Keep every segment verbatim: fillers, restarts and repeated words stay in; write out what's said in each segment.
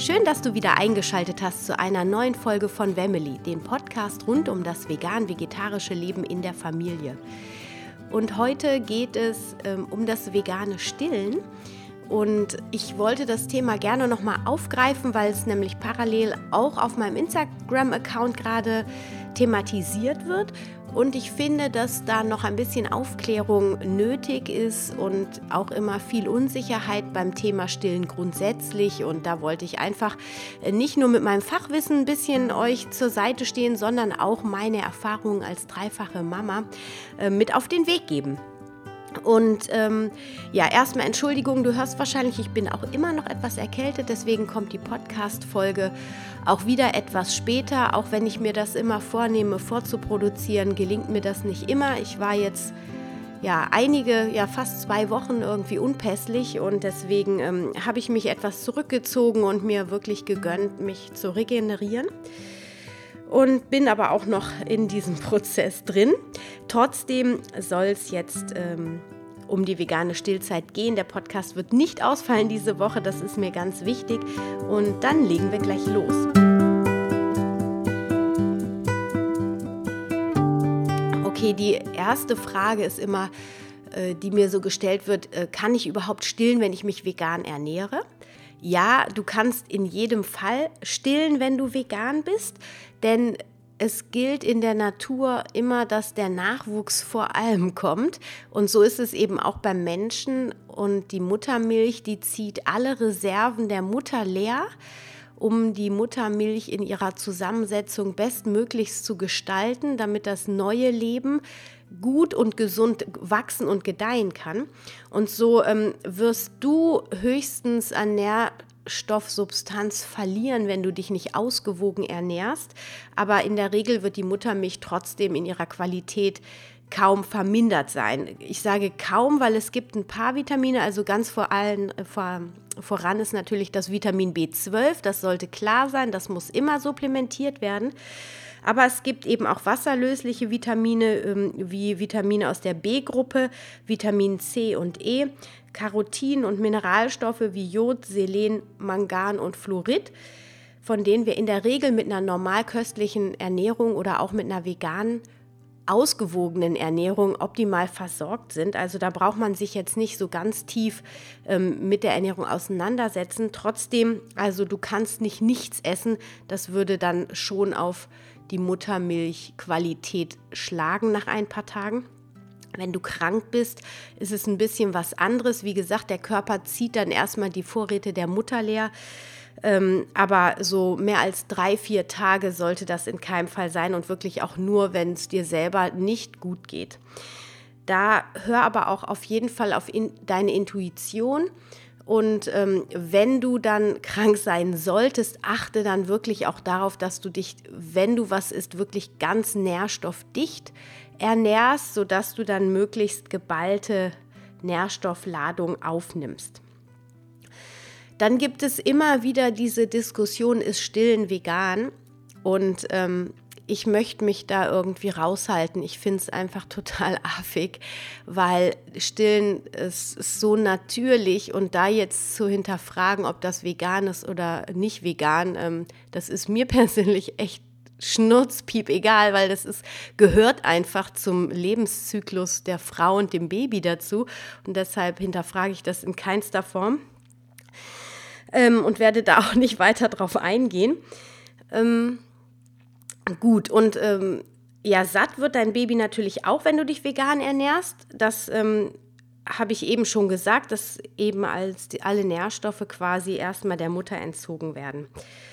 Schön, dass du wieder eingeschaltet hast zu einer neuen Folge von Wemmeli, dem Podcast rund um das vegan-vegetarische Leben in der Familie. Und heute geht es ähm, um das vegane Stillen. Und ich wollte das Thema gerne nochmal aufgreifen, weil es nämlich parallel auch auf meinem Instagram-Account gerade thematisiert wird. Und ich finde, dass da noch ein bisschen Aufklärung nötig ist und auch immer viel Unsicherheit beim Thema Stillen grundsätzlich. Und da wollte ich einfach nicht nur mit meinem Fachwissen ein bisschen euch zur Seite stehen, sondern auch meine Erfahrungen als dreifache Mama äh, mit auf den Weg geben. Und ähm, ja, erstmal Entschuldigung, du hörst wahrscheinlich, ich bin auch immer noch etwas erkältet, deswegen kommt die Podcast-Folge auch wieder etwas später. Auch wenn ich mir das immer vornehme, vorzuproduzieren, gelingt mir das nicht immer. Ich war jetzt ja einige, ja fast zwei Wochen irgendwie unpässlich und deswegen ähm, habe ich mich etwas zurückgezogen und mir wirklich gegönnt, mich zu regenerieren. Und bin aber auch noch in diesem Prozess drin. Trotzdem soll es jetzt ähm, um die vegane Stillzeit gehen. Der Podcast wird nicht ausfallen diese Woche, das ist mir ganz wichtig. Und dann legen wir gleich los. Okay, die erste Frage ist immer, äh, die mir so gestellt wird, äh, kann ich überhaupt stillen, wenn ich mich vegan ernähre? Ja, du kannst in jedem Fall stillen, wenn du vegan bist, denn es gilt in der Natur immer, dass der Nachwuchs vor allem kommt und so ist es eben auch beim Menschen und die Muttermilch, die zieht alle Reserven der Mutter leer, um die Muttermilch in ihrer Zusammensetzung bestmöglichst zu gestalten, damit das neue Leben gut und gesund wachsen und gedeihen kann. Und so ähm, wirst du höchstens an Nährstoffsubstanz verlieren, wenn du dich nicht ausgewogen ernährst. Aber in der Regel wird die Muttermilch trotzdem in ihrer Qualität kaum vermindert sein. Ich sage kaum, weil es gibt ein paar Vitamine, also ganz vor allen, vor, voran ist natürlich das Vitamin B zwölf, das sollte klar sein, das muss immer supplementiert werden. Aber es gibt eben auch wasserlösliche Vitamine, ähm, wie Vitamine aus der B-Gruppe, Vitamin C und E, Carotin und Mineralstoffe wie Jod, Selen, Mangan und Fluorid, von denen wir in der Regel mit einer normalköstlichen Ernährung oder auch mit einer veganen, ausgewogenen Ernährung optimal versorgt sind. Also da braucht man sich jetzt nicht so ganz tief ähm, mit der Ernährung auseinandersetzen. Trotzdem, also du kannst nicht nichts essen, das würde dann schon auf die Muttermilchqualität schlagen nach ein paar Tagen. Wenn du krank bist, ist es ein bisschen was anderes. Wie gesagt, der Körper zieht dann erstmal die Vorräte der Mutter leer. Ähm, aber so mehr als drei, vier Tage sollte das in keinem Fall sein und wirklich auch nur, wenn es dir selber nicht gut geht. Da hör aber auch auf jeden Fall auf in, deine Intuition. Und ähm, wenn du dann krank sein solltest, achte dann wirklich auch darauf, dass du dich, wenn du was isst, wirklich ganz nährstoffdicht ernährst, sodass du dann möglichst geballte Nährstoffladung aufnimmst. Dann gibt es immer wieder diese Diskussion, ist Stillen vegan? Und ähm, ich möchte mich da irgendwie raushalten. Ich finde es einfach total affig, weil Stillen ist, ist so natürlich und da jetzt zu hinterfragen, ob das vegan ist oder nicht vegan, ähm, das ist mir persönlich echt schnurzpiep egal, weil das ist, gehört einfach zum Lebenszyklus der Frau und dem Baby dazu und deshalb hinterfrage ich das in keinster Form ähm, und werde da auch nicht weiter drauf eingehen. Ähm, Gut, und ähm, ja, satt wird dein Baby natürlich auch, wenn du dich vegan ernährst. Das ähm, habe ich eben schon gesagt, dass eben als die, alle Nährstoffe quasi erstmal der Mutter entzogen werden.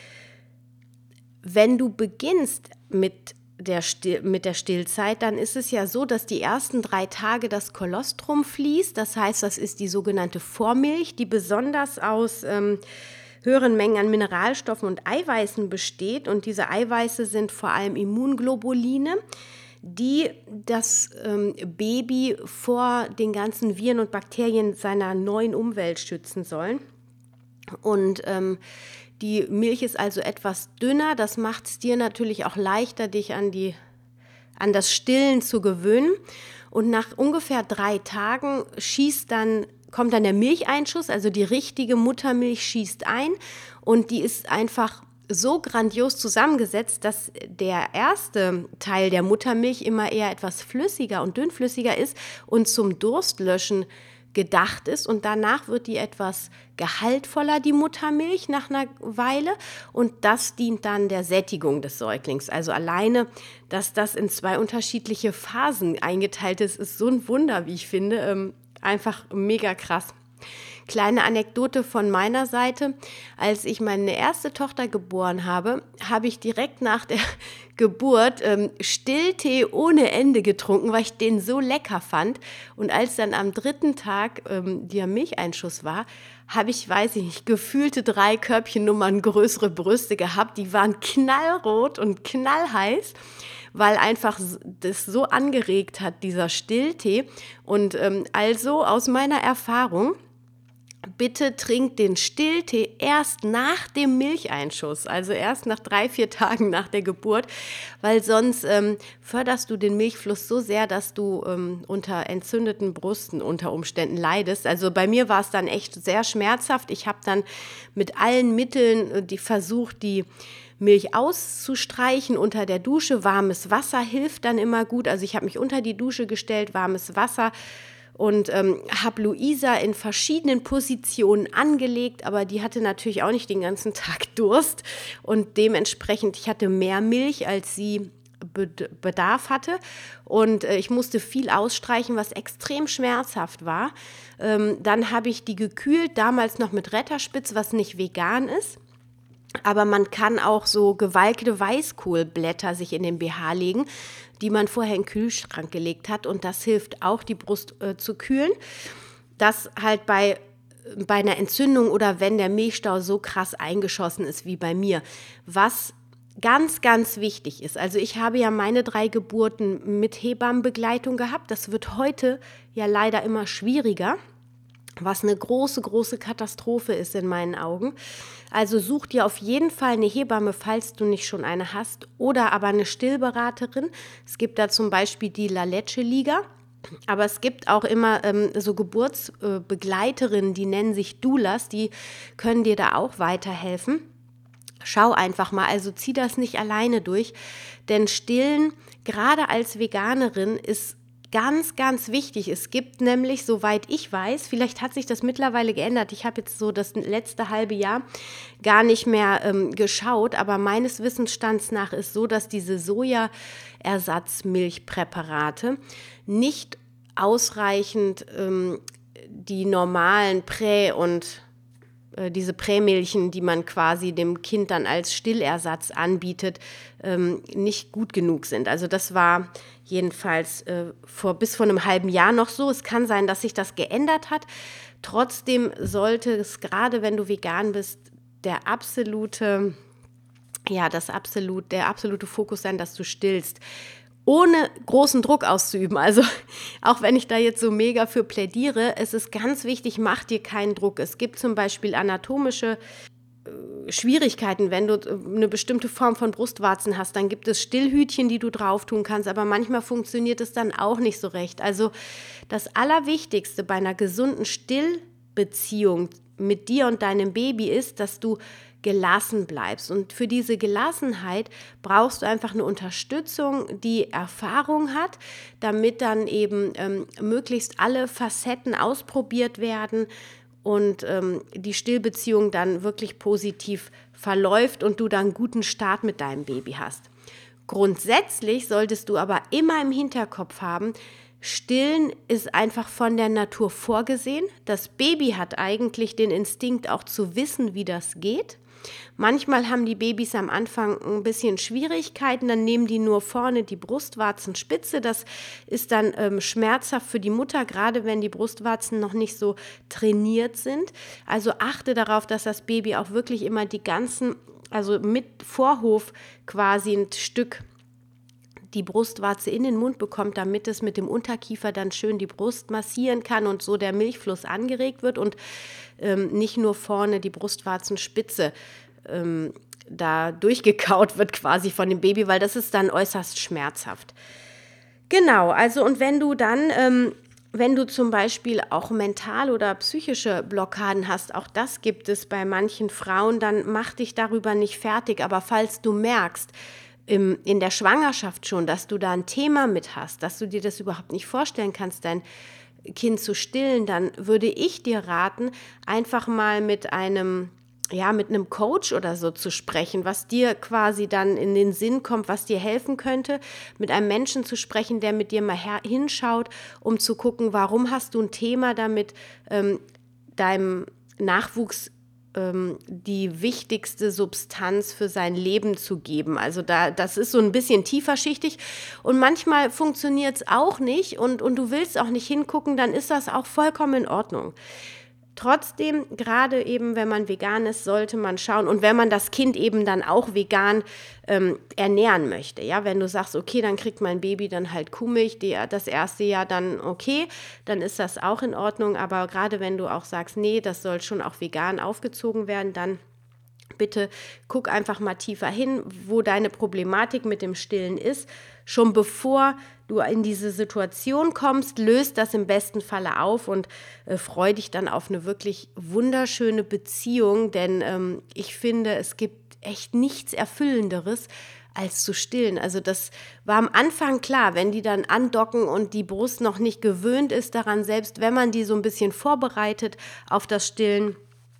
Wenn du beginnst mit der, Still, mit der Stillzeit, dann ist es ja so, dass die ersten drei Tage das Kolostrum fließt. Das heißt, das ist die sogenannte Vormilch, die besonders aus ähm, höheren Mengen an Mineralstoffen und Eiweißen besteht. Und diese Eiweiße sind vor allem Immunglobuline, die das ähm, Baby vor den ganzen Viren und Bakterien seiner neuen Umwelt schützen sollen. Und ähm, die Milch ist also etwas dünner. Das macht es dir natürlich auch leichter, dich an, die, an das Stillen zu gewöhnen. Und nach ungefähr drei Tagen schießt dann kommt dann der Milcheinschuss, also die richtige Muttermilch schießt ein und die ist einfach so grandios zusammengesetzt, dass der erste Teil der Muttermilch immer eher etwas flüssiger und dünnflüssiger ist und zum Durstlöschen gedacht ist und danach wird die etwas gehaltvoller, die Muttermilch, nach einer Weile und das dient dann der Sättigung des Säuglings. Also alleine, dass das in zwei unterschiedliche Phasen eingeteilt ist, ist so ein Wunder, wie ich finde, ähm, einfach mega krass. Kleine Anekdote von meiner Seite, als ich meine erste Tochter geboren habe, habe ich direkt nach der Geburt ähm, Stilltee ohne Ende getrunken, weil ich den so lecker fand. Und als dann am dritten Tag ähm, der Milcheinschuss war, habe ich, weiß ich nicht, gefühlte drei Körbchennummern größere Brüste gehabt. Die waren knallrot und knallheiß, weil einfach das so angeregt hat, dieser Stilltee. Und ähm, also aus meiner Erfahrung, bitte trinkt den Stilltee erst nach dem Milcheinschuss, also erst nach drei, vier Tagen nach der Geburt, weil sonst ähm, förderst du den Milchfluss so sehr, dass du ähm, unter entzündeten Brüsten unter Umständen leidest. Also bei mir war es dann echt sehr schmerzhaft. Ich habe dann mit allen Mitteln äh, die versucht, die Milch auszustreichen unter der Dusche. Warmes Wasser hilft dann immer gut. Also ich habe mich unter die Dusche gestellt, warmes Wasser, und ähm, habe Luisa in verschiedenen Positionen angelegt, aber die hatte natürlich auch nicht den ganzen Tag Durst und dementsprechend, ich hatte mehr Milch, als sie Bedarf hatte und äh, ich musste viel ausstreichen, was extrem schmerzhaft war. Ähm, dann habe ich die gekühlt, damals noch mit Retterspitz, was nicht vegan ist. Aber man kann auch so gewalkte Weißkohlblätter sich in den B H legen, die man vorher in den Kühlschrank gelegt hat. Und das hilft auch, die Brust äh, zu kühlen. Das halt bei, bei einer Entzündung oder wenn der Milchstau so krass eingeschossen ist wie bei mir. Was ganz, ganz wichtig ist. Also ich habe ja meine drei Geburten mit Hebammenbegleitung gehabt. Das wird heute ja leider immer schwieriger, was eine große, große Katastrophe ist in meinen Augen. Also such dir auf jeden Fall eine Hebamme, falls du nicht schon eine hast, oder aber eine Stillberaterin. Es gibt da zum Beispiel die La Leche Liga, aber es gibt auch immer ähm, so Geburtsbegleiterinnen, die nennen sich Doulas, die können dir da auch weiterhelfen. Schau einfach mal, also zieh das nicht alleine durch, denn Stillen, gerade als Veganerin, ist ganz, ganz wichtig. Es gibt nämlich, soweit ich weiß, vielleicht hat sich das mittlerweile geändert, ich habe jetzt so das letzte halbe Jahr gar nicht mehr ähm, geschaut, aber meines Wissensstands nach ist so, dass diese Sojaersatzmilchpräparate nicht ausreichend ähm, die normalen Prä- und diese Prämilchen, die man quasi dem Kind dann als Stillersatz anbietet, ähm, nicht gut genug sind. Also das war jedenfalls äh, vor, bis vor einem halben Jahr noch so. Es kann sein, dass sich das geändert hat. Trotzdem sollte es, gerade wenn du vegan bist, der absolute, ja, das absolut, der absolute Fokus sein, dass du stillst, ohne großen Druck auszuüben. Also auch wenn ich da jetzt so mega für plädiere, es ist ganz wichtig, mach dir keinen Druck. Es gibt zum Beispiel anatomische äh, Schwierigkeiten, wenn du eine bestimmte Form von Brustwarzen hast, dann gibt es Stillhütchen, die du drauf tun kannst, aber manchmal funktioniert es dann auch nicht so recht. Also das Allerwichtigste bei einer gesunden Stillbeziehung mit dir und deinem Baby ist, dass du gelassen bleibst. Und für diese Gelassenheit brauchst du einfach eine Unterstützung, die Erfahrung hat, damit dann eben ähm, möglichst alle Facetten ausprobiert werden und ähm, die Stillbeziehung dann wirklich positiv verläuft und du dann einen guten Start mit deinem Baby hast. Grundsätzlich solltest du aber immer im Hinterkopf haben, Stillen ist einfach von der Natur vorgesehen. Das Baby hat eigentlich den Instinkt auch zu wissen, wie das geht. Manchmal haben die Babys am Anfang ein bisschen Schwierigkeiten, dann nehmen die nur vorne die Brustwarzenspitze. Das ist dann ähm, schmerzhaft für die Mutter, gerade wenn die Brustwarzen noch nicht so trainiert sind. Also achte darauf, dass das Baby auch wirklich immer die ganzen, also mit Vorhof quasi ein Stück die Brustwarze in den Mund bekommt, damit es mit dem Unterkiefer dann schön die Brust massieren kann und so der Milchfluss angeregt wird und ähm, nicht nur vorne die Brustwarzenspitze ähm, da durchgekaut wird quasi von dem Baby, weil das ist dann äußerst schmerzhaft. Genau, also und wenn du dann ähm, Wenn du zum Beispiel auch mental oder psychische Blockaden hast, auch das gibt es bei manchen Frauen, dann mach dich darüber nicht fertig. Aber falls du merkst, im, in der Schwangerschaft schon, dass du da ein Thema mit hast, dass du dir das überhaupt nicht vorstellen kannst, dein Kind zu stillen, dann würde ich dir raten, einfach mal mit einem ja, mit einem Coach oder so zu sprechen, was dir quasi dann in den Sinn kommt, was dir helfen könnte, mit einem Menschen zu sprechen, der mit dir mal her- hinschaut, um zu gucken, warum hast du ein Thema damit, ähm, deinem Nachwuchs ähm, die wichtigste Substanz für sein Leben zu geben. Also da, das ist so ein bisschen tieferschichtig und manchmal funktioniert es auch nicht und, und du willst auch nicht hingucken, dann ist das auch vollkommen in Ordnung. Trotzdem, gerade eben, wenn man vegan ist, sollte man schauen und wenn man das Kind eben dann auch vegan ähm, ernähren möchte, ja, wenn du sagst, okay, dann kriegt mein Baby dann halt Kuhmilch, die, das erste Jahr dann okay, dann ist das auch in Ordnung, aber gerade wenn du auch sagst, nee, das soll schon auch vegan aufgezogen werden, dann bitte guck einfach mal tiefer hin, wo deine Problematik mit dem Stillen ist. Schon bevor du in diese Situation kommst, löst das im besten Falle auf und äh, freu dich dann auf eine wirklich wunderschöne Beziehung, denn ähm, ich finde, es gibt echt nichts Erfüllenderes, als zu stillen. Also das war am Anfang klar, wenn die dann andocken und die Brust noch nicht gewöhnt ist daran, selbst wenn man die so ein bisschen vorbereitet auf das Stillen.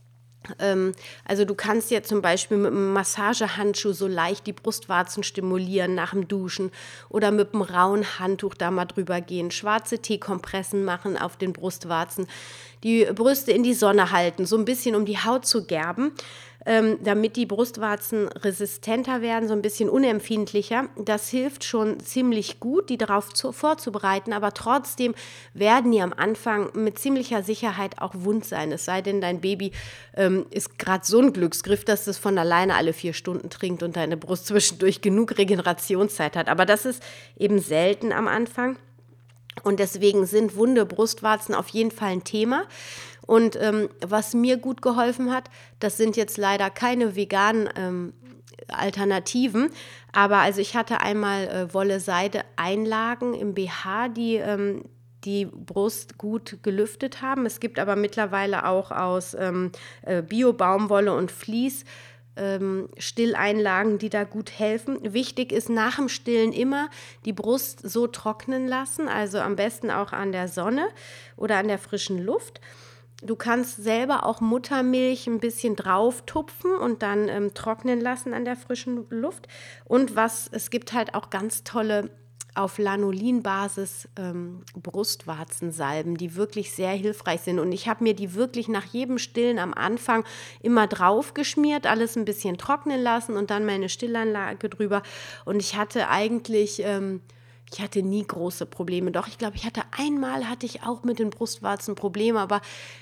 Also du kannst ja zum Beispiel mit einem Massagehandschuh so leicht die Brustwarzen stimulieren nach dem Duschen oder mit einem rauen Handtuch da mal drüber gehen, schwarze Teekompressen machen auf den Brustwarzen, die Brüste in die Sonne halten, so ein bisschen um die Haut zu gerben, ähm, damit die Brustwarzen resistenter werden, so ein bisschen unempfindlicher. Das hilft schon ziemlich gut, die darauf zu, vorzubereiten, aber trotzdem werden die am Anfang mit ziemlicher Sicherheit auch wund sein, es sei denn, dein Baby ähm, ist gerade so ein Glücksgriff, dass es von alleine alle vier Stunden trinkt und deine Brust zwischendurch genug Regenerationszeit hat. Aber das ist eben selten am Anfang. Und deswegen sind wunde Brustwarzen auf jeden Fall ein Thema. Und ähm, was mir gut geholfen hat, das sind jetzt leider keine veganen ähm, Alternativen, aber also ich hatte einmal äh, Wolle-Seide-Einlagen im B H, die ähm, die Brust gut gelüftet haben. Es gibt aber mittlerweile auch aus ähm, äh, Bio-Baumwolle und Vlies ähm, Stilleinlagen, die da gut helfen. Wichtig ist nach dem Stillen immer die Brust so trocknen lassen, also am besten auch an der Sonne oder an der frischen Luft. Du kannst selber auch Muttermilch ein bisschen drauf tupfen und dann ähm, trocknen lassen an der frischen Luft. Und was, es gibt halt auch ganz tolle auf Lanolin-Basis ähm, Brustwarzensalben, die wirklich sehr hilfreich sind. Und ich habe mir die wirklich nach jedem Stillen am Anfang immer drauf geschmiert, alles ein bisschen trocknen lassen und dann meine Stillanlage drüber. Und ich hatte eigentlich... Ähm, Ich hatte nie große Probleme. Doch, ich glaube, ich hatte einmal, hatte ich auch mit den Brustwarzen Probleme, aber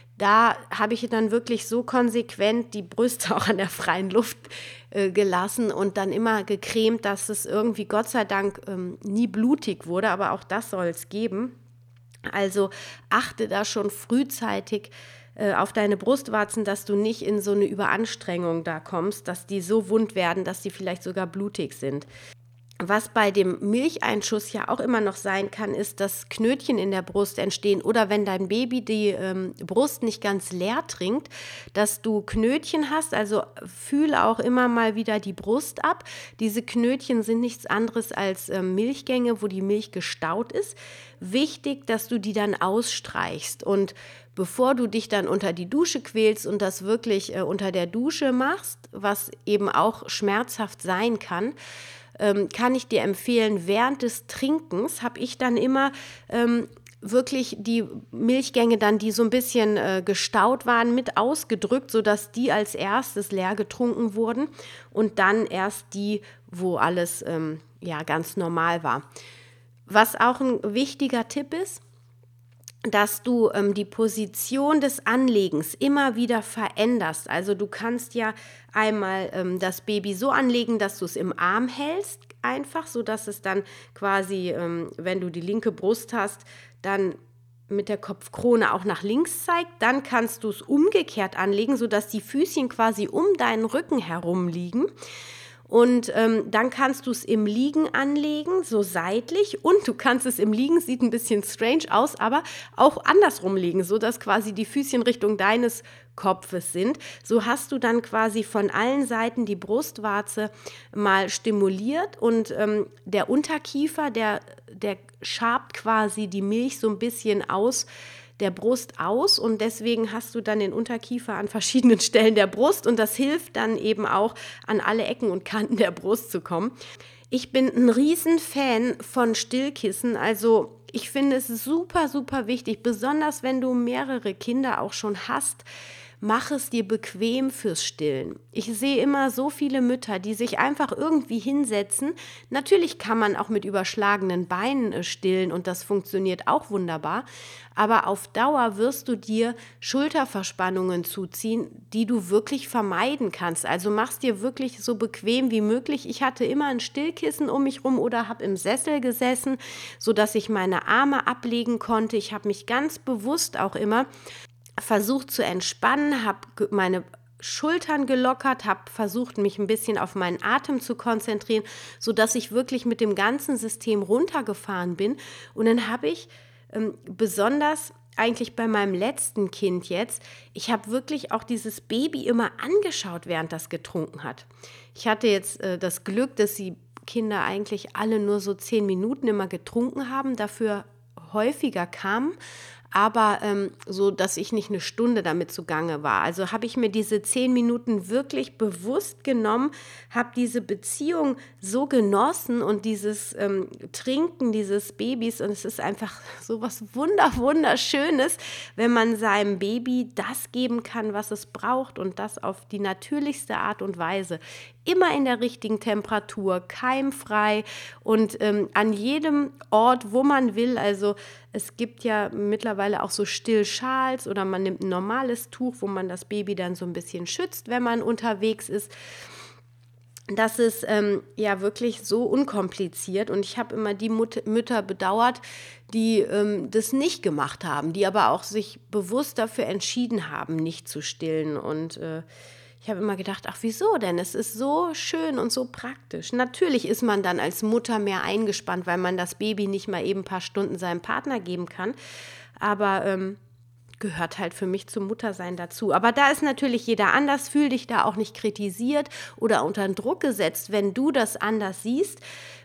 da habe ich dann wirklich so konsequent die Brüste auch an der freien Luft äh, gelassen und dann immer gecremt, dass es irgendwie Gott sei Dank ähm, nie blutig wurde, aber auch das soll es geben. Also achte da schon frühzeitig äh, auf deine Brustwarzen, dass du nicht in so eine Überanstrengung da kommst, dass die so wund werden, dass die vielleicht sogar blutig sind. Was bei dem Milcheinschuss ja auch immer noch sein kann, ist, dass Knötchen in der Brust entstehen oder wenn dein Baby die ähm, Brust nicht ganz leer trinkt, dass du Knötchen hast, also fühle auch immer mal wieder die Brust ab. Diese Knötchen sind nichts anderes als ähm, Milchgänge, wo die Milch gestaut ist. Wichtig, dass du die dann ausstreichst und bevor du dich dann unter die Dusche quälst und das wirklich äh, unter der Dusche machst, was eben auch schmerzhaft sein kann, kann ich dir empfehlen, während des Trinkens habe ich dann immer ähm, wirklich die Milchgänge dann, die so ein bisschen äh, gestaut waren, mit ausgedrückt, sodass die als erstes leer getrunken wurden und dann erst die, wo alles ähm, ja, ganz normal war. Was auch ein wichtiger Tipp ist, dass du ähm, die Position des Anlegens immer wieder veränderst. Also du kannst ja einmal ähm, das Baby so anlegen, dass du es im Arm hältst, einfach, sodass es dann quasi, ähm, wenn du die linke Brust hast, dann mit der Kopfkrone auch nach links zeigt. Dann kannst du es umgekehrt anlegen, sodass die Füßchen quasi um deinen Rücken herum liegen. Und ähm, dann kannst du es im Liegen anlegen, so seitlich, und du kannst es im Liegen, sieht ein bisschen strange aus, aber auch andersrum legen, sodass quasi die Füßchen Richtung deines Kopfes sind. So hast du dann quasi von allen Seiten die Brustwarze mal stimuliert und ähm, der Unterkiefer, der, der schabt quasi die Milch so ein bisschen aus der Brust aus und deswegen hast du dann den Unterkiefer an verschiedenen Stellen der Brust und das hilft dann eben auch, an alle Ecken und Kanten der Brust zu kommen. Ich bin ein Riesenfan von Stillkissen, also ich finde es super, super wichtig, besonders wenn du mehrere Kinder auch schon hast, mach es dir bequem fürs Stillen. Ich sehe immer so viele Mütter, die sich einfach irgendwie hinsetzen. Natürlich kann man auch mit überschlagenen Beinen stillen und das funktioniert auch wunderbar. Aber auf Dauer wirst du dir Schulterverspannungen zuziehen, die du wirklich vermeiden kannst. Also mach's dir wirklich so bequem wie möglich. Ich hatte immer ein Stillkissen um mich rum oder habe im Sessel gesessen, sodass ich meine Arme ablegen konnte. Ich habe mich ganz bewusst auch immer versucht zu entspannen, habe meine Schultern gelockert, habe versucht, mich ein bisschen auf meinen Atem zu konzentrieren, sodass ich wirklich mit dem ganzen System runtergefahren bin. Und dann habe ich ähm, besonders eigentlich bei meinem letzten Kind jetzt, ich habe wirklich auch dieses Baby immer angeschaut, während das getrunken hat. Ich hatte jetzt äh, das Glück, dass die Kinder eigentlich alle nur so zehn Minuten immer getrunken haben, dafür häufiger kamen. Aber ähm, so, dass ich nicht eine Stunde damit zugange war. Also habe ich mir diese zehn Minuten wirklich bewusst genommen, habe diese Beziehung so genossen und dieses ähm, Trinken dieses Babys. Und es ist einfach so was wunder, wunderschönes, wenn man seinem Baby das geben kann, was es braucht und das auf die natürlichste Art und Weise. Immer in der richtigen Temperatur, keimfrei und ähm, an jedem Ort, wo man will. Also es gibt ja mittlerweile auch so Stillschals oder man nimmt ein normales Tuch, wo man das Baby dann so ein bisschen schützt, wenn man unterwegs ist. Das ist ähm, ja wirklich so unkompliziert und ich habe immer die Mut- Mütter bedauert, die ähm, das nicht gemacht haben, die aber auch sich bewusst dafür entschieden haben, nicht zu stillen und äh, ich habe immer gedacht, ach wieso denn? Es ist so schön und so praktisch. Natürlich ist man dann als Mutter mehr eingespannt, weil man das Baby nicht mal eben ein paar Stunden seinem Partner geben kann. Aber ähm, gehört halt für mich zum Muttersein dazu. Aber da ist natürlich jeder anders. Fühl dich da auch nicht kritisiert oder unter Druck gesetzt, wenn du das anders siehst.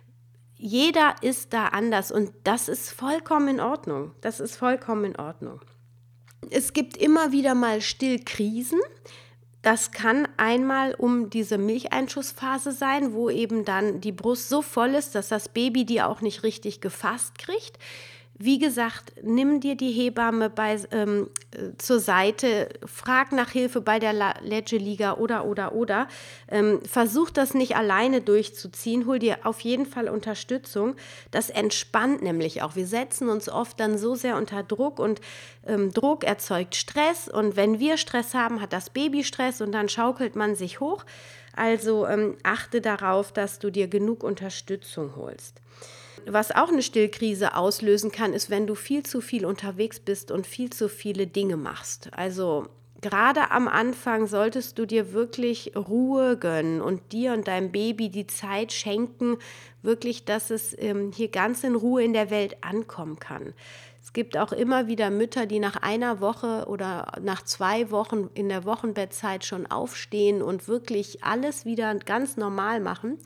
Jeder ist da anders und das ist vollkommen in Ordnung. Das ist vollkommen in Ordnung. Es gibt immer wieder mal Stillkrisen. Das kann einmal um diese Milcheinschussphase sein, wo eben dann die Brust so voll ist, dass das Baby die auch nicht richtig gefasst kriegt. Wie gesagt, nimm dir die Hebamme bei, ähm, zur Seite, frag nach Hilfe bei der Ledge-Liga oder, oder, oder. Ähm, versuch das nicht alleine durchzuziehen, hol dir auf jeden Fall Unterstützung. Das entspannt nämlich auch. Wir setzen uns oft dann so sehr unter Druck und ähm, Druck erzeugt Stress und wenn wir Stress haben, hat das Baby Stress und dann schaukelt man sich hoch. Also ähm, achte darauf, dass du dir genug Unterstützung holst. Was auch eine Stillkrise auslösen kann, ist, wenn du viel zu viel unterwegs bist und viel zu viele Dinge machst. Also gerade am Anfang solltest du dir wirklich Ruhe gönnen und dir und deinem Baby die Zeit schenken, wirklich, dass es ähm, hier ganz in Ruhe in der Welt ankommen kann. Es gibt auch immer wieder Mütter, die nach einer Woche oder nach zwei Wochen in der Wochenbettzeit schon aufstehen und wirklich alles wieder ganz normal machen.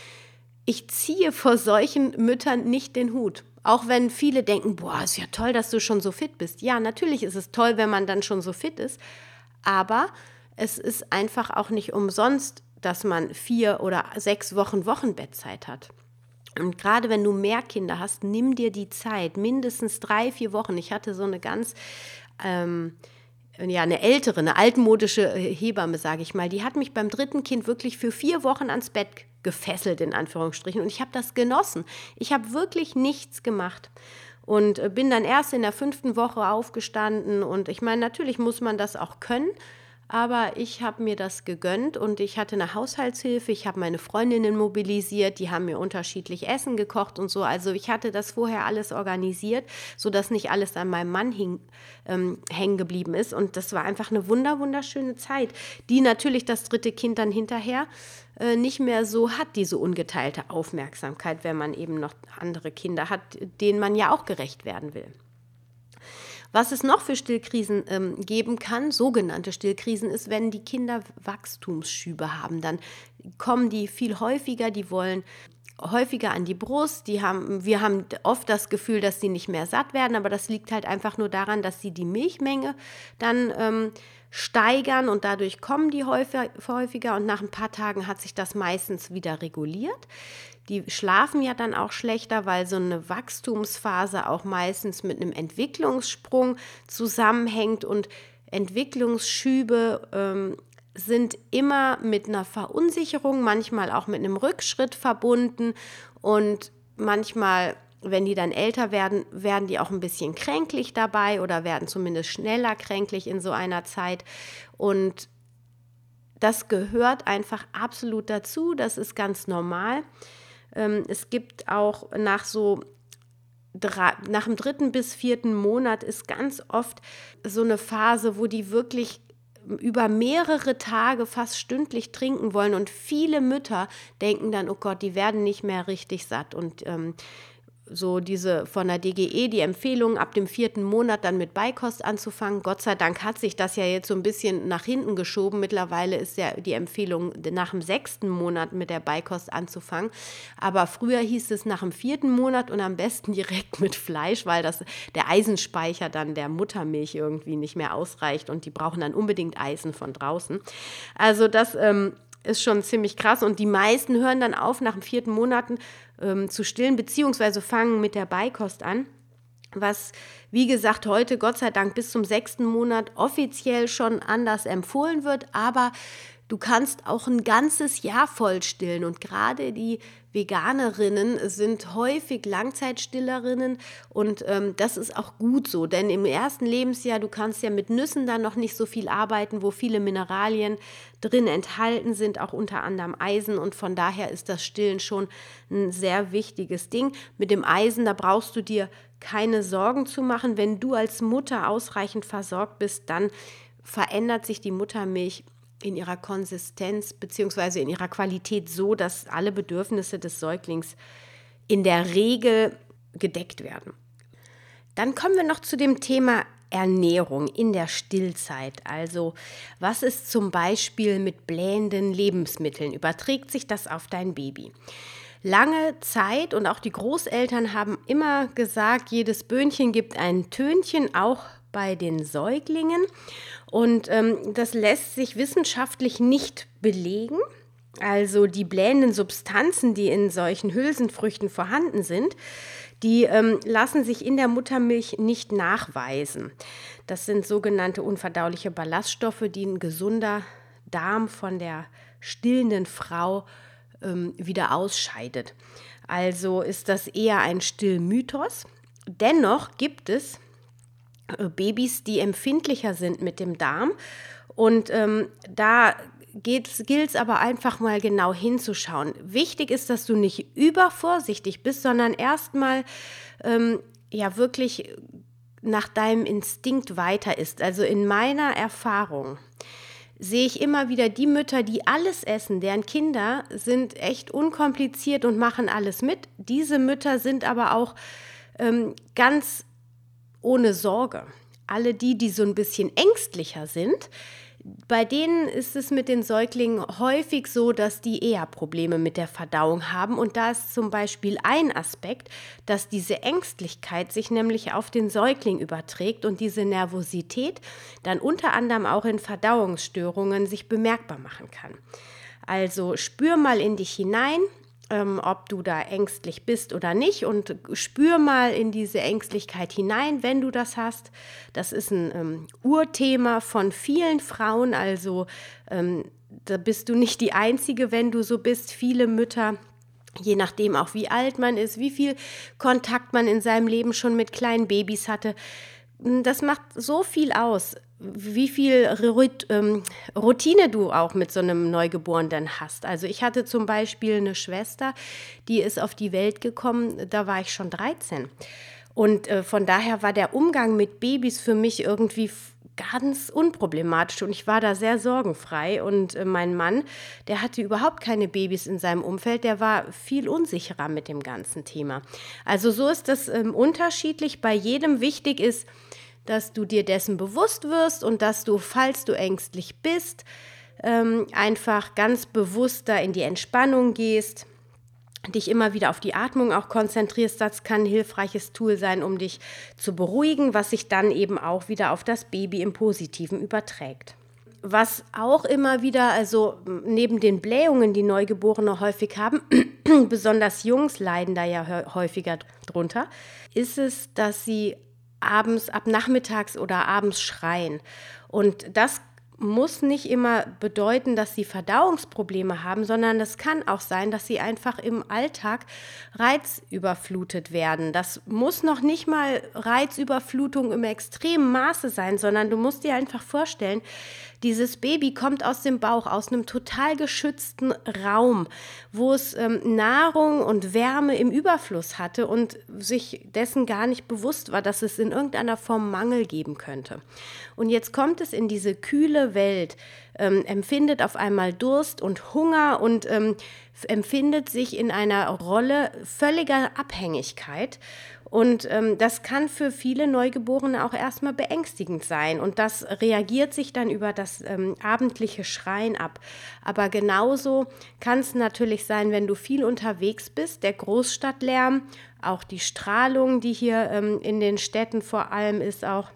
Ich ziehe vor solchen Müttern nicht den Hut. Auch wenn viele denken, boah, ist ja toll, dass du schon so fit bist. Ja, natürlich ist es toll, wenn man dann schon so fit ist. Aber es ist einfach auch nicht umsonst, dass man vier oder sechs Wochen Wochenbettzeit hat. Und gerade wenn du mehr Kinder hast, nimm dir die Zeit, mindestens drei, vier Wochen. Ich hatte so eine ganz... Ähm, ja, eine ältere, eine altmodische Hebamme, sage ich mal, die hat mich beim dritten Kind wirklich für vier Wochen ans Bett gefesselt, in Anführungsstrichen. Und ich habe das genossen. Ich habe wirklich nichts gemacht. Und bin dann erst in der fünften Woche aufgestanden. Und ich meine, natürlich muss man das auch können. Aber ich habe mir das gegönnt und ich hatte eine Haushaltshilfe. Ich habe meine Freundinnen mobilisiert, die haben mir unterschiedlich Essen gekocht und so. Also ich hatte das vorher alles organisiert, sodass nicht alles an meinem Mann hing, ähm, hängen geblieben ist. Und das war einfach eine wunder, wunderschöne Zeit, die natürlich das dritte Kind dann hinterher äh, nicht mehr so hat, diese ungeteilte Aufmerksamkeit, wenn man eben noch andere Kinder hat, denen man ja auch gerecht werden will. Was es noch für Stillkrisen ähm, geben kann, sogenannte Stillkrisen, ist, wenn die Kinder Wachstumsschübe haben. Dann kommen die viel häufiger, die wollen häufiger an die Brust. Die haben, wir haben oft das Gefühl, dass sie nicht mehr satt werden, aber das liegt halt einfach nur daran, dass sie die Milchmenge dann ähm, steigern und dadurch kommen die häufiger und nach ein paar Tagen hat sich das meistens wieder reguliert. Die schlafen ja dann auch schlechter, weil so eine Wachstumsphase auch meistens mit einem Entwicklungssprung zusammenhängt und Entwicklungsschübe ähm, sind immer mit einer Verunsicherung, manchmal auch mit einem Rückschritt verbunden und manchmal, wenn die dann älter werden, werden die auch ein bisschen kränklich dabei oder werden zumindest schneller kränklich in so einer Zeit und das gehört einfach absolut dazu, das ist ganz normal. Es gibt auch nach so nach dem dritten bis vierten Monat ist ganz oft so eine Phase, wo die wirklich über mehrere Tage fast stündlich trinken wollen und viele Mütter denken dann, oh Gott, die werden nicht mehr richtig satt und ähm, so diese von der D G E, die Empfehlung, ab dem vierten Monat dann mit Beikost anzufangen. Gott sei Dank hat sich das ja jetzt so ein bisschen nach hinten geschoben. Mittlerweile ist ja die Empfehlung, nach dem sechsten Monat mit der Beikost anzufangen. Aber früher hieß es nach dem vierten Monat und am besten direkt mit Fleisch, weil das der Eisenspeicher dann der Muttermilch irgendwie nicht mehr ausreicht und die brauchen dann unbedingt Eisen von draußen. Also das ähm, ist schon ziemlich krass und die meisten hören dann auf, nach dem vierten Monaten ähm, zu stillen, beziehungsweise fangen mit der Beikost an, was, wie gesagt, heute Gott sei Dank bis zum sechsten Monat offiziell schon anders empfohlen wird, aber du kannst auch ein ganzes Jahr voll stillen und gerade die Veganerinnen sind häufig Langzeitstillerinnen und ähm, das ist auch gut so, denn im ersten Lebensjahr, du kannst ja mit Nüssen dann noch nicht so viel arbeiten, wo viele Mineralien drin enthalten sind, auch unter anderem Eisen und von daher ist das Stillen schon ein sehr wichtiges Ding. Mit dem Eisen, da brauchst du dir keine Sorgen zu machen, wenn du als Mutter ausreichend versorgt bist, dann verändert sich die Muttermilch in ihrer Konsistenz bzw. in ihrer Qualität so, dass alle Bedürfnisse des Säuglings in der Regel gedeckt werden. Dann kommen wir noch zu dem Thema Ernährung in der Stillzeit. Also was ist zum Beispiel mit blähenden Lebensmitteln? Überträgt sich das auf dein Baby? Lange Zeit und auch die Großeltern haben immer gesagt, jedes Böhnchen gibt ein Tönchen, auch bei den Säuglingen. Und ähm, das lässt sich wissenschaftlich nicht belegen. Also die blähenden Substanzen, die in solchen Hülsenfrüchten vorhanden sind, die ähm, lassen sich in der Muttermilch nicht nachweisen. Das sind sogenannte unverdauliche Ballaststoffe, die ein gesunder Darm von der stillenden Frau ähm, wieder ausscheidet. Also ist das eher ein Stillmythos. Dennoch gibt es Babys, die empfindlicher sind mit dem Darm und ähm, da gilt es aber einfach mal genau hinzuschauen. Wichtig ist, dass du nicht übervorsichtig bist, sondern erstmal ähm, ja wirklich nach deinem Instinkt weiter isst. Also in meiner Erfahrung sehe ich immer wieder die Mütter, die alles essen, deren Kinder sind echt unkompliziert und machen alles mit. Diese Mütter sind aber auch ähm, ganz ohne Sorge. Alle die, die so ein bisschen ängstlicher sind, bei denen ist es mit den Säuglingen häufig so, dass die eher Probleme mit der Verdauung haben. Und da ist zum Beispiel ein Aspekt, dass diese Ängstlichkeit sich nämlich auf den Säugling überträgt und diese Nervosität dann unter anderem auch in Verdauungsstörungen sich bemerkbar machen kann. Also spür mal in dich hinein, Ähm, ob du da ängstlich bist oder nicht und spür mal in diese Ängstlichkeit hinein, wenn du das hast. Das ist ein ähm, Urthema von vielen Frauen, also ähm, da bist du nicht die Einzige, wenn du so bist. Viele Mütter, je nachdem auch wie alt man ist, wie viel Kontakt man in seinem Leben schon mit kleinen Babys hatte, das macht so viel aus. wie viel Rut- ähm, Routine du auch mit so einem Neugeborenen hast. Also ich hatte zum Beispiel eine Schwester, die ist auf die Welt gekommen, da war ich schon dreizehn. Und äh, von daher war der Umgang mit Babys für mich irgendwie f- ganz unproblematisch und ich war da sehr sorgenfrei. Und äh, mein Mann, der hatte überhaupt keine Babys in seinem Umfeld, der war viel unsicherer mit dem ganzen Thema. Also so ist das ähm, unterschiedlich. Bei jedem wichtig ist, dass du dir dessen bewusst wirst und dass du, falls du ängstlich bist, ähm, einfach ganz bewusst da in die Entspannung gehst, dich immer wieder auf die Atmung auch konzentrierst. Das kann ein hilfreiches Tool sein, um dich zu beruhigen, was sich dann eben auch wieder auf das Baby im Positiven überträgt. Was auch immer wieder, also neben den Blähungen, die Neugeborene häufig haben, besonders Jungs leiden da ja häufiger drunter, ist es, dass sie abends, ab nachmittags oder abends schreien. Und das muss nicht immer bedeuten, dass sie Verdauungsprobleme haben, sondern es kann auch sein, dass sie einfach im Alltag reizüberflutet werden. Das muss noch nicht mal Reizüberflutung im extremen Maße sein, sondern du musst dir einfach vorstellen, dieses Baby kommt aus dem Bauch, aus einem total geschützten Raum, wo es ähm, Nahrung und Wärme im Überfluss hatte und sich dessen gar nicht bewusst war, dass es in irgendeiner Form Mangel geben könnte. Und jetzt kommt es in diese kühle Welt, ähm, empfindet auf einmal Durst und Hunger und ähm, empfindet sich in einer Rolle völliger Abhängigkeit. Und ähm, das kann für viele Neugeborene auch erstmal beängstigend sein. Und das reagiert sich dann über das ähm, abendliche Schreien ab. Aber genauso kann es natürlich sein, wenn du viel unterwegs bist, der Großstadtlärm, auch die Strahlung, die hier ähm, in den Städten vor allem ist, auch.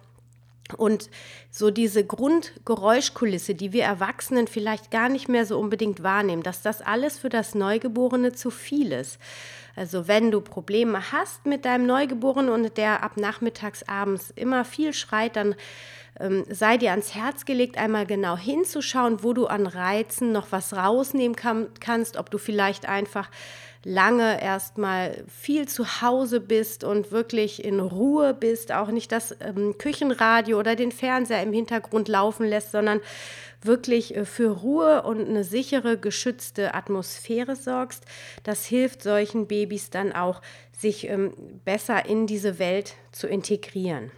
Und so diese Grundgeräuschkulisse, die wir Erwachsenen vielleicht gar nicht mehr so unbedingt wahrnehmen, dass das alles für das Neugeborene zu viel ist. Also wenn du Probleme hast mit deinem Neugeborenen und der ab nachmittags abends immer viel schreit, dann ähm, sei dir ans Herz gelegt, einmal genau hinzuschauen, wo du an Reizen noch was rausnehmen kann, kannst, ob du vielleicht einfach lange erstmal viel zu Hause bist und wirklich in Ruhe bist, auch nicht das ähm, Küchenradio oder den Fernseher im Hintergrund laufen lässt, sondern wirklich äh, für Ruhe und eine sichere, geschützte Atmosphäre sorgst. Das hilft solchen Babys dann auch, sich ähm, besser in diese Welt zu integrieren.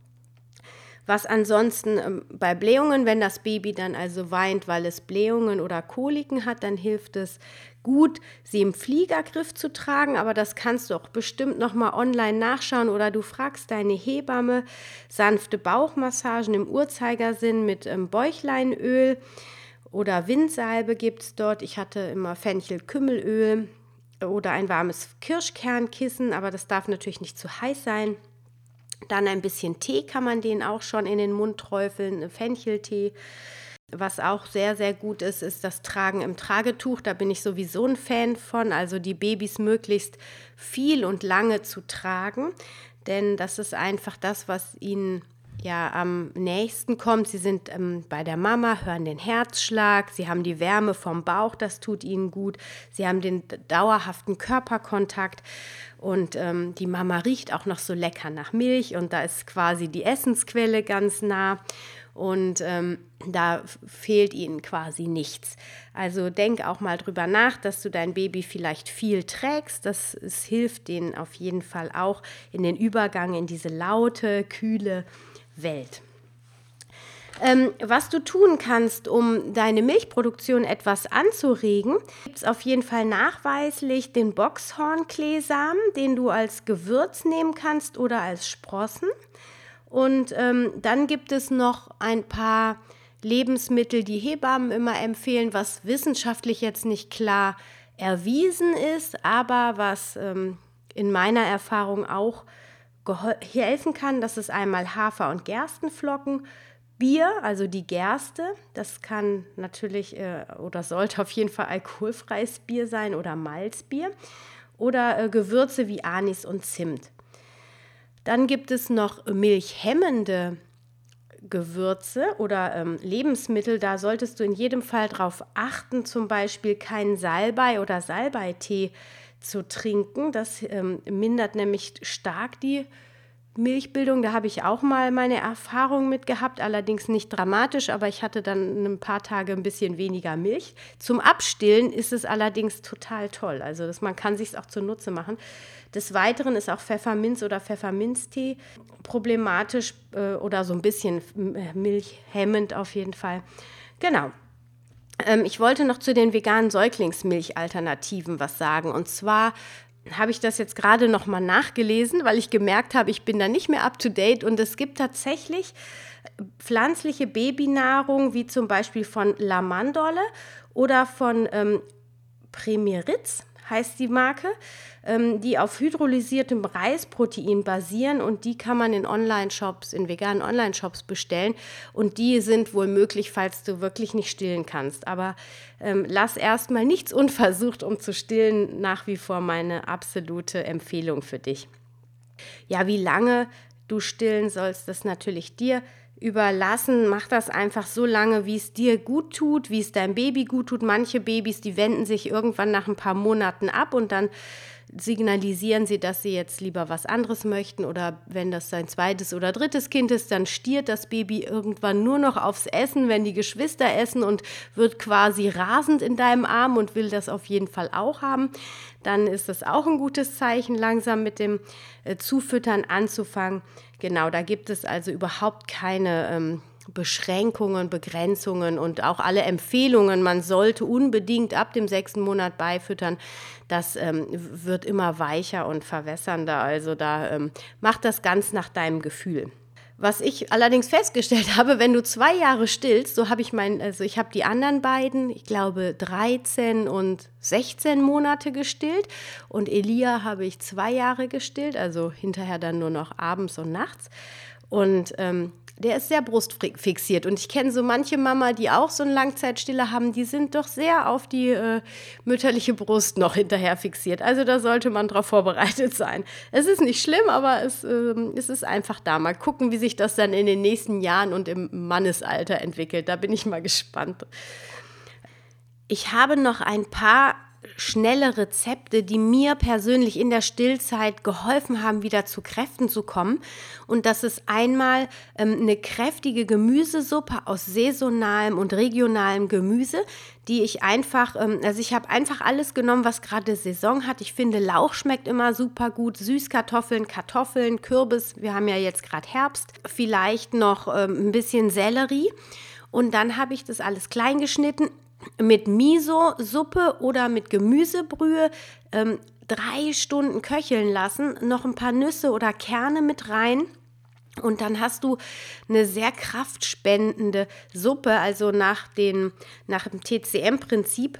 Was ansonsten ähm, bei Blähungen, wenn das Baby dann also weint, weil es Blähungen oder Koliken hat, dann hilft es gut, sie im Fliegergriff zu tragen, aber das kannst du auch bestimmt nochmal online nachschauen oder du fragst deine Hebamme. Sanfte Bauchmassagen im Uhrzeigersinn mit ähm, Bäuchleinöl oder Windsalbe gibt es dort. Ich hatte immer Fenchel-Kümmelöl oder ein warmes Kirschkernkissen, aber das darf natürlich nicht zu heiß sein. Dann ein bisschen Tee kann man den auch schon in den Mund träufeln, Fencheltee. Was auch sehr, sehr gut ist, ist das Tragen im Tragetuch. Da bin ich sowieso ein Fan von, also die Babys möglichst viel und lange zu tragen, denn das ist einfach das, was ihnen ja am nächsten kommt. Sie sind ähm, bei der Mama, hören den Herzschlag, sie haben die Wärme vom Bauch, das tut ihnen gut, sie haben den dauerhaften Körperkontakt und ähm, die Mama riecht auch noch so lecker nach Milch und da ist quasi die Essensquelle ganz nah. Und ähm, da fehlt ihnen quasi nichts. Also denk auch mal drüber nach, dass du dein Baby vielleicht viel trägst. Das, das hilft denen auf jeden Fall auch in den Übergang in diese laute, kühle Welt. Ähm, was du tun kannst, um deine Milchproduktion etwas anzuregen, gibt es auf jeden Fall nachweislich den Boxhornkleesamen, den du als Gewürz nehmen kannst oder als Sprossen. Und ähm, dann gibt es noch ein paar Lebensmittel, die Hebammen immer empfehlen, was wissenschaftlich jetzt nicht klar erwiesen ist, aber was ähm, in meiner Erfahrung auch helfen kann. Das ist einmal Hafer- und Gerstenflocken, Bier, also die Gerste. Das kann natürlich äh, oder sollte auf jeden Fall alkoholfreies Bier sein oder Malzbier oder äh, Gewürze wie Anis und Zimt. Dann gibt es noch milchhemmende Gewürze oder ähm, Lebensmittel. Da solltest du in jedem Fall darauf achten, zum Beispiel keinen Salbei oder Salbeitee zu trinken. Das ähm, mindert nämlich stark die Milchbildung, da habe ich auch mal meine Erfahrung mit gehabt, allerdings nicht dramatisch, aber ich hatte dann ein paar Tage ein bisschen weniger Milch. Zum Abstillen ist es allerdings total toll, also das, man kann sich es auch zunutze machen. Des Weiteren ist auch Pfefferminz oder Pfefferminztee problematisch äh, oder so ein bisschen milchhemmend auf jeden Fall. Genau. Ähm, ich wollte noch zu den veganen Säuglingsmilchalternativen was sagen, und zwar habe ich das jetzt gerade noch mal nachgelesen, weil ich gemerkt habe, ich bin da nicht mehr up to date, und es gibt tatsächlich pflanzliche Babynahrung, wie zum Beispiel von La Mandorle oder von ähm, Premieritz, heißt die Marke, ähm, die auf hydrolysiertem Reisprotein basieren, und die kann man in Online-Shops, in veganen Online-Shops bestellen, und die sind wohl möglich, falls du wirklich nicht stillen kannst. Aber ähm, lass erstmal nichts unversucht, um zu stillen, nach wie vor meine absolute Empfehlung für dich. Ja, wie lange du stillen sollst, das natürlich dir überlassen. Mach das einfach so lange, wie es dir gut tut, wie es deinem Baby gut tut. Manche Babys, die wenden sich irgendwann nach ein paar Monaten ab und dann signalisieren sie, dass sie jetzt lieber was anderes möchten, oder wenn das sein zweites oder drittes Kind ist, dann stiert das Baby irgendwann nur noch aufs Essen, wenn die Geschwister essen, und wird quasi rasend in deinem Arm und will das auf jeden Fall auch haben. Dann ist das auch ein gutes Zeichen, langsam mit dem äh, Zufüttern anzufangen. Genau, da gibt es also überhaupt keine ähm, Beschränkungen, Begrenzungen und auch alle Empfehlungen. Man sollte unbedingt ab dem sechsten Monat beifüttern. Das ähm, wird immer weicher und verwässernder. Also da ähm, mach das ganz nach deinem Gefühl. Was ich allerdings festgestellt habe, wenn du zwei Jahre stillst, so habe ich mein, also ich habe die anderen beiden, ich glaube dreizehn und sechzehn Monate gestillt, und Elia habe ich zwei Jahre gestillt, also hinterher dann nur noch abends und nachts, und ähm, der ist sehr brustfixiert, und ich kenne so manche Mama, die auch so eine Langzeitstille haben, die sind doch sehr auf die äh, mütterliche Brust noch hinterher fixiert. Also da sollte man drauf vorbereitet sein. Es ist nicht schlimm, aber es, äh, es ist einfach da. Mal gucken, wie sich das dann in den nächsten Jahren und im Mannesalter entwickelt. Da bin ich mal gespannt. Ich habe noch ein paar schnelle Rezepte, die mir persönlich in der Stillzeit geholfen haben, wieder zu Kräften zu kommen. Und das ist einmal ähm, eine kräftige Gemüsesuppe aus saisonalem und regionalem Gemüse, die ich einfach, ähm, also ich habe einfach alles genommen, was gerade Saison hat. Ich finde, Lauch schmeckt immer super gut, Süßkartoffeln, Kartoffeln, Kürbis, wir haben ja jetzt gerade Herbst, vielleicht noch ähm, ein bisschen Sellerie. Und dann habe ich das alles klein geschnitten, mit Miso-Suppe oder mit Gemüsebrühe ähm, drei Stunden köcheln lassen, noch ein paar Nüsse oder Kerne mit rein, und dann hast du eine sehr kraftspendende Suppe. Also nach, den, nach dem T C M-Prinzip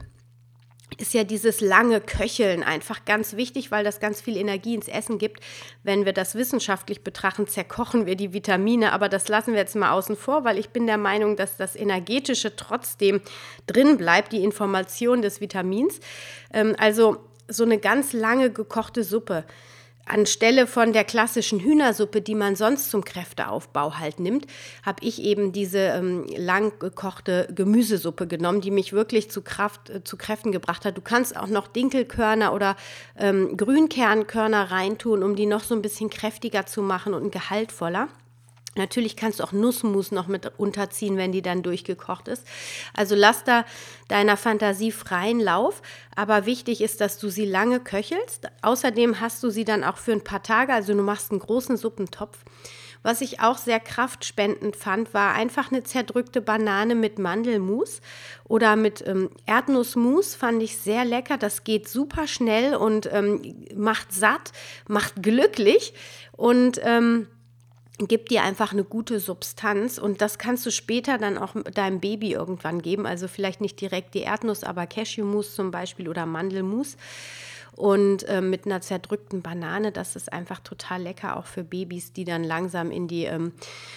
ist ja dieses lange Köcheln einfach ganz wichtig, weil das ganz viel Energie ins Essen gibt. Wenn wir das wissenschaftlich betrachten, zerkochen wir die Vitamine, aber das lassen wir jetzt mal außen vor, weil ich bin der Meinung, dass das Energetische trotzdem drin bleibt, die Information des Vitamins. Ähm, also so eine ganz lange gekochte Suppe. Anstelle von der klassischen Hühnersuppe, die man sonst zum Kräfteaufbau halt nimmt, habe ich eben diese ähm, lang gekochte Gemüsesuppe genommen, die mich wirklich zu Kraft, äh, zu Kräften gebracht hat. Du kannst auch noch Dinkelkörner oder ähm, Grünkernkörner reintun, um die noch so ein bisschen kräftiger zu machen und gehaltvoller. Natürlich kannst du auch Nussmus noch mit unterziehen, wenn die dann durchgekocht ist. Also lass da deiner Fantasie freien Lauf. Aber wichtig ist, dass du sie lange köchelst. Außerdem hast du sie dann auch für ein paar Tage. Also du machst einen großen Suppentopf. Was ich auch sehr kraftspendend fand, war einfach eine zerdrückte Banane mit Mandelmus oder mit ähm, Erdnussmus. Fand ich sehr lecker. Das geht super schnell und ähm, macht satt, macht glücklich und ähm, gibt dir einfach eine gute Substanz, und das kannst du später dann auch deinem Baby irgendwann geben. Also vielleicht nicht direkt die Erdnuss, aber Cashewmus zum Beispiel oder Mandelmus. Und äh, mit einer zerdrückten Banane, das ist einfach total lecker, auch für Babys, die dann langsam in die ähm,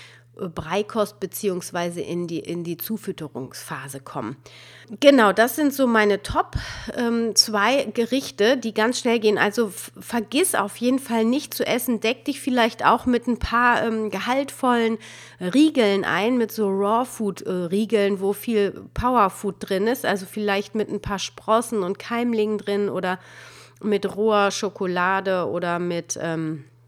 Beikost bzw. in die, in die Zufütterungsphase kommen. Genau, das sind so meine Top ähm, zwei Gerichte, die ganz schnell gehen. Also f- vergiss auf jeden Fall nicht zu essen. Deck dich vielleicht auch mit ein paar ähm, gehaltvollen Riegeln ein, mit so Raw-Food-Riegeln, wo viel Powerfood drin ist. Also vielleicht mit ein paar Sprossen und Keimlingen drin oder mit roher Schokolade oder mit... Ähm,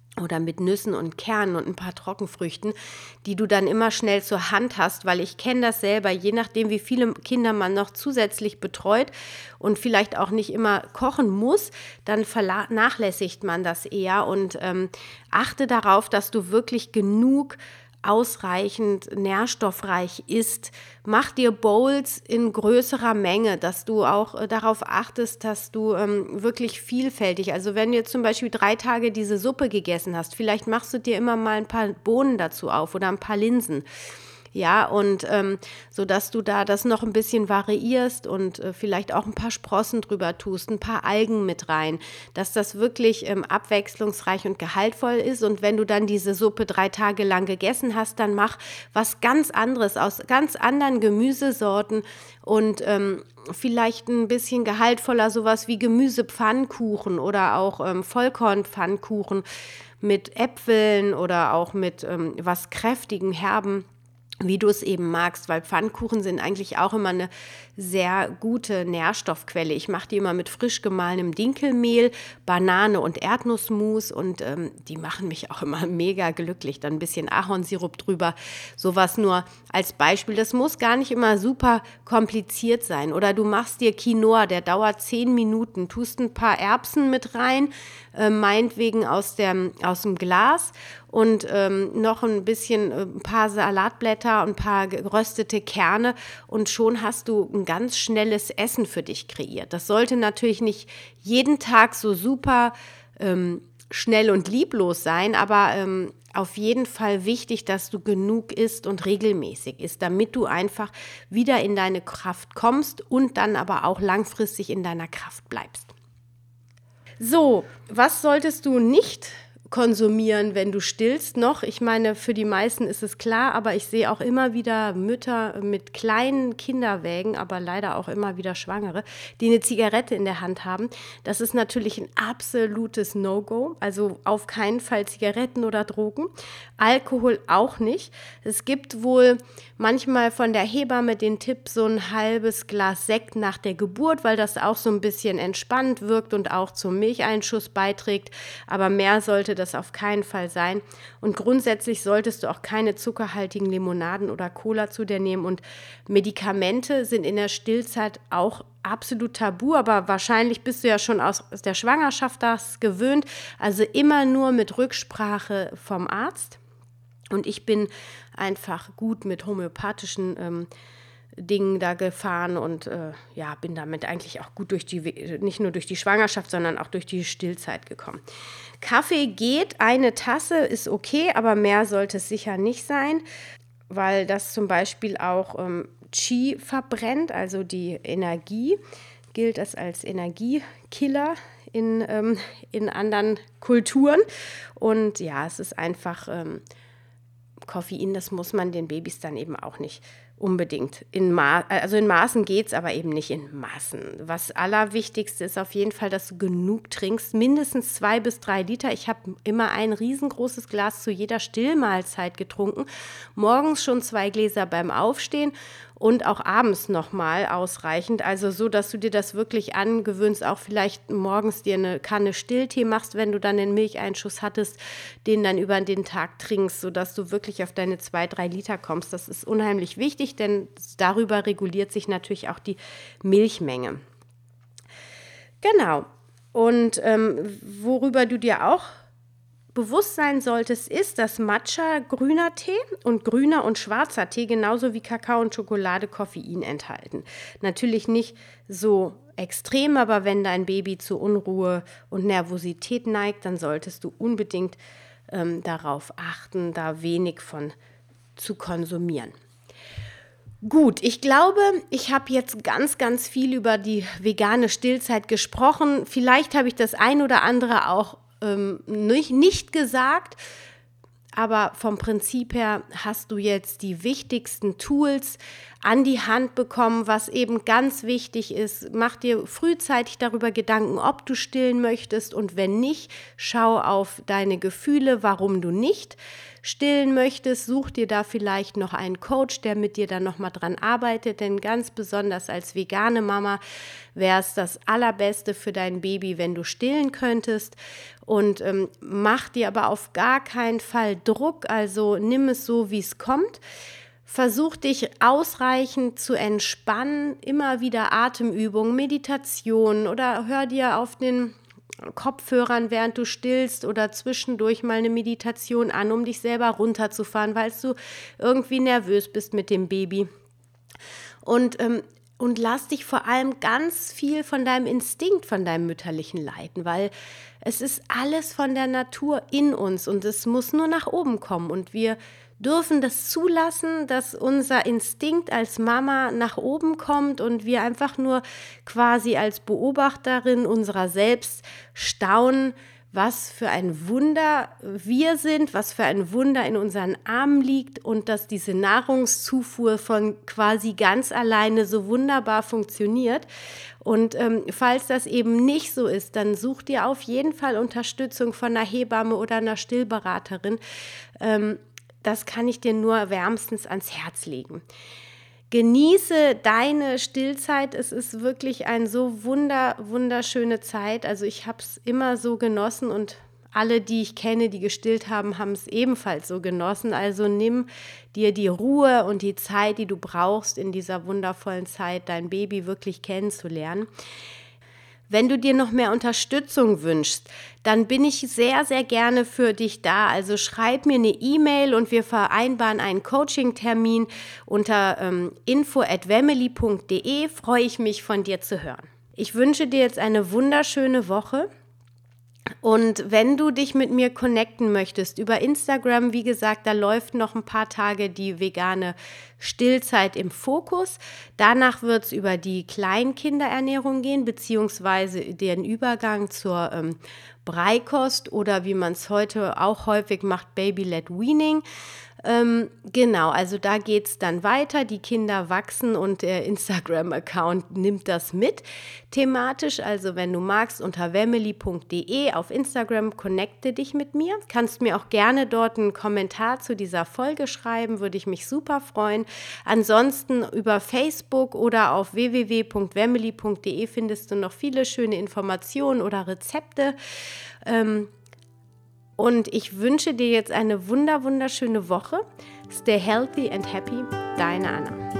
oder mit Nüssen und Kernen und ein paar Trockenfrüchten, die du dann immer schnell zur Hand hast, weil ich kenne das selber, je nachdem, wie viele Kinder man noch zusätzlich betreut und vielleicht auch nicht immer kochen muss, dann vernachlässigt man das eher und ähm, achte darauf, dass du wirklich genug ausreichend nährstoffreich isst. Mach dir Bowls in größerer Menge, dass du auch äh, darauf achtest, dass du ähm, wirklich vielfältig, also wenn du jetzt zum Beispiel drei Tage diese Suppe gegessen hast, vielleicht machst du dir immer mal ein paar Bohnen dazu auf oder ein paar Linsen. Ja, und ähm, so dass du da das noch ein bisschen variierst und äh, vielleicht auch ein paar Sprossen drüber tust, ein paar Algen mit rein, dass das wirklich ähm, abwechslungsreich und gehaltvoll ist. Und wenn du dann diese Suppe drei Tage lang gegessen hast, dann mach was ganz anderes aus ganz anderen Gemüsesorten und ähm, vielleicht ein bisschen gehaltvoller, sowas wie Gemüsepfannkuchen oder auch ähm, Vollkornpfannkuchen mit Äpfeln oder auch mit ähm, was kräftigen, herben, wie du es eben magst, weil Pfannkuchen sind eigentlich auch immer eine sehr gute Nährstoffquelle. Ich mache die immer mit frisch gemahlenem Dinkelmehl, Banane und Erdnussmus und ähm, die machen mich auch immer mega glücklich. Dann ein bisschen Ahornsirup drüber, sowas nur als Beispiel. Das muss gar nicht immer super kompliziert sein. Oder du machst dir Quinoa, der dauert zehn Minuten, tust ein paar Erbsen mit rein, äh, meinetwegen aus, der, aus dem Glas und ähm, noch ein bisschen, äh, ein paar Salatblätter und ein paar geröstete Kerne und schon hast du ein ganz schnelles Essen für dich kreiert. Das sollte natürlich nicht jeden Tag so super ähm, schnell und lieblos sein, aber ähm, auf jeden Fall wichtig, dass du genug isst und regelmäßig isst, damit du einfach wieder in deine Kraft kommst und dann aber auch langfristig in deiner Kraft bleibst. So, was solltest du nicht konsumieren, wenn du stillst noch? Ich meine, für die meisten ist es klar, aber ich sehe auch immer wieder Mütter mit kleinen Kinderwägen, aber leider auch immer wieder Schwangere, die eine Zigarette in der Hand haben. Das ist natürlich ein absolutes No-Go, also auf keinen Fall Zigaretten oder Drogen. Alkohol auch nicht. Es gibt wohl manchmal von der Hebamme den Tipp, so ein halbes Glas Sekt nach der Geburt, weil das auch so ein bisschen entspannt wirkt und auch zum Milcheinschuss beiträgt, aber mehr sollte das auf keinen Fall sein. Und grundsätzlich solltest du auch keine zuckerhaltigen Limonaden oder Cola zu dir nehmen. Und Medikamente sind in der Stillzeit auch absolut tabu, aber wahrscheinlich bist du ja schon aus der Schwangerschaft das gewöhnt. Also immer nur mit Rücksprache vom Arzt. Und ich bin einfach gut mit homöopathischen ähm, Dingen da gefahren und äh, ja, bin damit eigentlich auch gut durch die, nicht nur durch die Schwangerschaft, sondern auch durch die Stillzeit gekommen. Kaffee geht, eine Tasse ist okay, aber mehr sollte es sicher nicht sein, weil das zum Beispiel auch ähm, Qi verbrennt, also die Energie, gilt das als Energiekiller in, ähm, in anderen Kulturen. Und ja, es ist einfach ähm, Koffein, das muss man den Babys dann eben auch nicht unbedingt. In Ma- also in Maßen geht es, aber eben nicht in Maßen. Was allerwichtigste ist auf jeden Fall, dass du genug trinkst, mindestens zwei bis drei Liter. Ich habe immer ein riesengroßes Glas zu jeder Stillmahlzeit getrunken. Morgens schon zwei Gläser beim Aufstehen und auch abends nochmal ausreichend. Also so, dass du dir das wirklich angewöhnst, auch vielleicht morgens dir eine Kanne Stilltee machst, wenn du dann den Milcheinschuss hattest, den dann über den Tag trinkst, sodass du wirklich auf deine zwei, drei Liter kommst. Das ist unheimlich wichtig, denn darüber reguliert sich natürlich auch die Milchmenge. Genau. Und ähm, worüber du dir auch bewusst sein solltest, ist, dass Matcha, grüner Tee und grüner und schwarzer Tee genauso wie Kakao und Schokolade Koffein enthalten. Natürlich nicht so extrem, aber wenn dein Baby zu Unruhe und Nervosität neigt, dann solltest du unbedingt ähm, darauf achten, da wenig von zu konsumieren. Gut, ich glaube, ich habe jetzt ganz, ganz viel über die vegane Stillzeit gesprochen. Vielleicht habe ich das ein oder andere auch ähm, nicht, nicht gesagt, aber vom Prinzip her hast du jetzt die wichtigsten Tools an die Hand bekommen, was eben ganz wichtig ist. Mach dir frühzeitig darüber Gedanken, ob du stillen möchtest, und wenn nicht, schau auf deine Gefühle, warum du nicht stillen möchtest. Such dir da vielleicht noch einen Coach, der mit dir dann nochmal dran arbeitet, denn ganz besonders als vegane Mama wäre es das Allerbeste für dein Baby, wenn du stillen könntest. Und ähm, mach dir aber auf gar keinen Fall Druck, also nimm es so, wie es kommt. Versuch dich ausreichend zu entspannen, immer wieder Atemübungen, Meditation, oder hör dir auf den Kopfhörern, während du stillst, oder zwischendurch mal eine Meditation an, um dich selber runterzufahren, weil du irgendwie nervös bist mit dem Baby. Und, ähm, und lass dich vor allem ganz viel von deinem Instinkt, von deinem Mütterlichen leiten, weil es ist alles von der Natur in uns und es muss nur nach oben kommen, und wir dürfen das zulassen, dass unser Instinkt als Mama nach oben kommt und wir einfach nur quasi als Beobachterin unserer selbst staunen, was für ein Wunder wir sind, was für ein Wunder in unseren Armen liegt, und dass diese Nahrungszufuhr von quasi ganz alleine so wunderbar funktioniert. Und ähm, falls das eben nicht so ist, dann such dir auf jeden Fall Unterstützung von einer Hebamme oder einer Stillberaterin. Ähm, Das kann ich dir nur wärmstens ans Herz legen. Genieße deine Stillzeit. Es ist wirklich eine so wunder, wunderschöne Zeit. Also ich habe es immer so genossen, und alle, die ich kenne, die gestillt haben, haben es ebenfalls so genossen. Also nimm dir die Ruhe und die Zeit, die du brauchst, in dieser wundervollen Zeit, dein Baby wirklich kennenzulernen. Wenn du dir noch mehr Unterstützung wünschst, dann bin ich sehr, sehr gerne für dich da. Also schreib mir eine E-Mail und wir vereinbaren einen Coaching-Termin unter ähm, info at wemmeli punkt de. Freue ich mich, von dir zu hören. Ich wünsche dir jetzt eine wunderschöne Woche. Und wenn du dich mit mir connecten möchtest über Instagram, wie gesagt, da läuft noch ein paar Tage die vegane Stillzeit im Fokus. Danach wird es über die Kleinkinderernährung gehen, beziehungsweise den Übergang zur ähm, Beikost oder wie man es heute auch häufig macht, Baby-led Weaning. Ähm, genau, also da geht es dann weiter, die Kinder wachsen und der Instagram-Account nimmt das mit thematisch. Also wenn du magst, unter wemmeli punkt de auf Instagram connecte dich mit mir. Kannst mir auch gerne dort einen Kommentar zu dieser Folge schreiben, würde ich mich super freuen. Ansonsten über Facebook oder auf w w w punkt wemmeli punkt de findest du noch viele schöne Informationen oder Rezepte. Ähm, Und ich wünsche dir jetzt eine wunder, wunderschöne Woche. Stay healthy and happy, deine Anna.